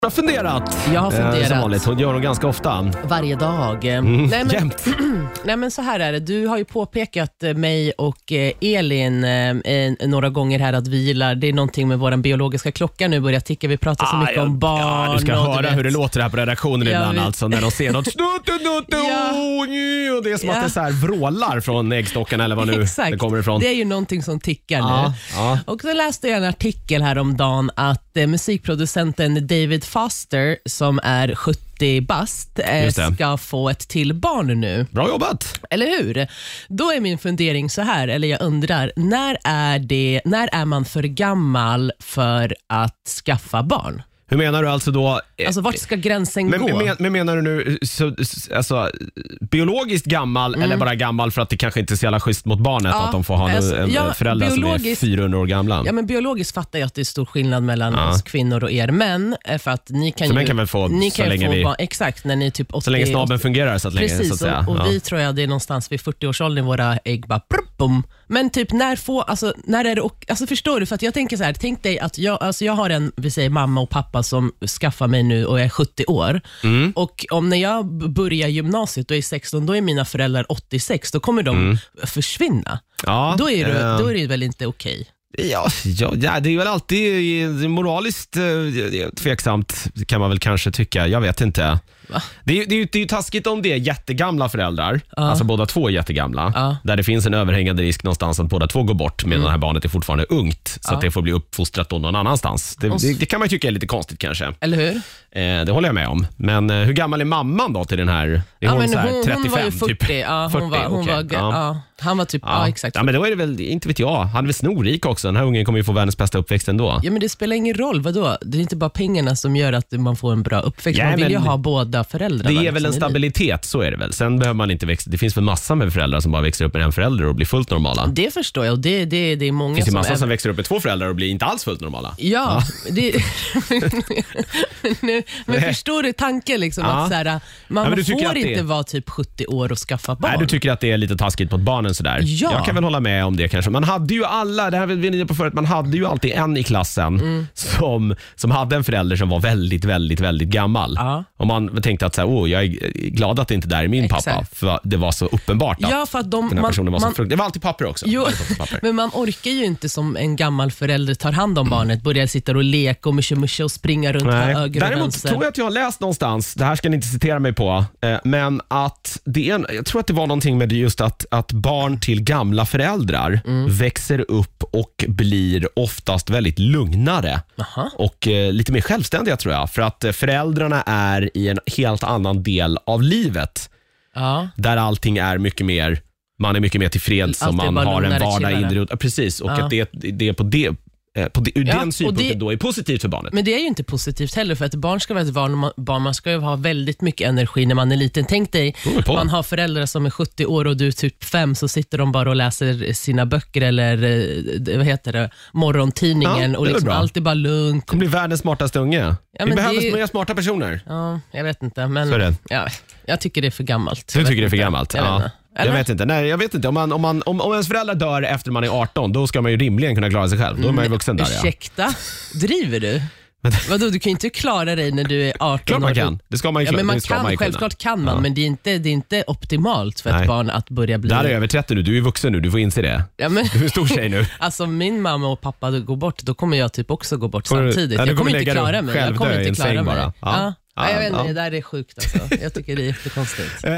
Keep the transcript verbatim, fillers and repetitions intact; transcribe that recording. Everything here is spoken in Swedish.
Jag har funderat. Jag har funderat. Eh, som vanligt. Hon gör det ganska ofta. Varje dag. Mm, nej, men, jämt. nej men så här är det. Du har ju påpekat mig och eh, Elin eh, några gånger här att vi gillar, det är någonting med vår biologiska klocka nu börjar ticka. Vi pratar så Ah, mycket ja, om barn. Ja, du ska och, höra du hur det låter här på redaktionen Ja, ibland vi- alltså, när de ser något Ja. och det är som Ja. att det så här vrålar från äggstockarna eller vad nu Exakt. det kommer ifrån. Det är ju någonting som tickar Ja, nu. ja. Och så läste jag en artikel här om dagen att eh, musikproducenten David Foster som är sjuttio bast eh, Just det. ska få ett till barn nu. Bra jobbat. Eller hur? Då är min fundering så här, eller jag undrar, när är, det, när är man för gammal för att skaffa barn? Hur menar du alltså då? eh, Alltså vart ska gränsen Men, gå? men, men menar du nu så, alltså, biologiskt gammal eller bara gammal för att det kanske inte är så jävla schysst mot barnet Ja, att de får ha alltså, en ja, föräldrar som är biologiskt- fyrahundra år gamla? Ja, men biologiskt fattar jag att det är stor skillnad mellan Ja. oss kvinnor och er män, eh, för att ni kan Så ju... män kan väl få ni så kan ju länge få vi- barn, exakt, när ni är typ åttio. Så länge snabeln fungerar så att länge, Precis, så att säga. och, och Ja. vi tror jag det är någonstans vid fyrtio-årsåldern våra ägg bara prupp, bom. Men typ när får, alltså när är det, och, alltså förstår du, för att jag tänker så här, tänk dig att jag, alltså jag har en, vi säger mamma och pappa som skaffar mig nu och är sjuttio år. Mm. Och om när jag b- börjar gymnasiet och är sexton, då är mina föräldrar åttiosex, då kommer de försvinna. Ja, Då är det, eh, då är det väl inte okej? Ja, ja, ja, det är väl alltid moraliskt eh, tveksamt kan man väl kanske tycka. Jag vet inte. Va? Det är, ju- det, är ju, det är ju taskigt om det är jättegamla föräldrar, Ja. alltså båda två är jättegamla, Ja. där det finns en överhängande risk någonstans att båda två går bort medan det här barnet är fortfarande ungt, så Ja. att det får bli uppfostrat då någon annanstans. Det, Och s- det, det kan man ju tycka är lite konstigt kanske. Eller hur? Eh, det håller jag med om. Men eh, hur gammal är mamman då till den här? Är Ja, hon, men så här, hon, trettiofem? hon var ju fyrtio. Typ? Ja, hon var, hon okej. var, Ja. ja. Han var typ, ja, exakt. Ja, men då är det väl, inte vet jag, han är väl snorrik också. Den här ungen kommer ju få världens bästa uppväxt ändå. Ja, men det spelar ingen roll, vadå? Det är inte bara pengarna som gör att man får en bra uppväxt. Ja, man vill ju men ha båda föräldrarna. Det är väl en liksom i livet. stabilitet, så är det väl. Sen behöver man inte växa. Det finns väl massor med föräldrar som bara växer upp med en förälder och blir fullt normala. Det Det förstår jag, och det, det, det är många finns ju som... massor är- som växer upp med två föräldrar och blir inte alls fullt normala. Ja, det, men, men förstår du tanken liksom, Ja. att så här, man Ja, men du tycker får att det- inte vara typ sjuttio år och skaffa barn. Nej, du tycker att det är lite taskigt mot barnen sådär. Ja. Jag kan väl hålla med om det kanske. Man hade ju alla, det här var vi inne på förut, man hade ju alltid en i klassen Mm. som, som hade en förälder som var väldigt, väldigt, väldigt gammal. Ja. Och man tänkte att så här, åh, jag är glad att det inte där är min Exakt. pappa, för det var så uppenbart att Ja, för att de, den här man, personen var så man, frukt. Det var alltid papper också. Jo, Väldigt ofta papper. men man orkar ju inte som en gammal förälder tar hand om barnet, börjar sitta och leka och musha musha och springa runt Nej. höger och Däremot vänster. tror jag att jag har läst någonstans, det här ska ni inte citera mig på, eh, men att det är en, jag tror att det var någonting med det just att, att barn till gamla föräldrar Mm. växer upp och blir oftast väldigt lugnare Aha. och eh, lite mer självständiga tror jag, för att eh, föräldrarna är i en helt annan del av livet Ja. där allting är mycket mer, man är mycket mer tillfreds Allt och är man bara har en lugnare, vardag chillare. inre. Ja, precis, och Ja. att det, det är på det eh, på det, ur Ja, den och synpunkten det- då är positivt för barnet. Men det är ju inte positivt heller, för att barn ska vara ett barn, barn man ska ju ha väldigt mycket energi när man är liten. Tänk dig, Beror på. man har föräldrar som är sjuttio år och du är typ fem, så sitter de bara och läser sina böcker eller eh, vad heter det, morgontidningen Ja, och det är liksom bra. allt är bara lugnt. kommer bli världens smartaste unge. Ja, Vi men behöver det- mer smarta personer. Ja, jag vet inte, men Så är det. ja, jag tycker det är för gammalt. Du Jag vet tycker det är för inte. gammalt? Jag vet Ja. inte. Jag Eller? vet inte. Nej, jag vet inte. Om, man, om, man, om, om ens föräldrar dör efter man är arton, då ska man ju rimligen kunna klara sig själv. Då är man ju vuxen där. Ja. Ursäkta, driver du? Vadå, du kan ju inte klara dig när du är arton Klart man år. kan. Det ska man ju Ja, men man det ska kan, man ju kunna. självklart kan man, Ja. men det är, inte, det är inte optimalt för ett Nej. barn att börja bli... Där är över trettio nu. Du är ju vuxen nu. Du får inse det. Ja, men... Du är en stor tjej nu. Alltså min mamma och pappa går bort, då kommer jag typ också gå bort Kommer du- samtidigt. ja, du jag kommer kommer inte lägga klara dig mig. Jag själv kommer dö i inte en klara säng mig. bara. Ja. Ja. Ja, Ja, jag vet inte, ja. det där är sjukt alltså. Jag tycker det är jättekonstigt.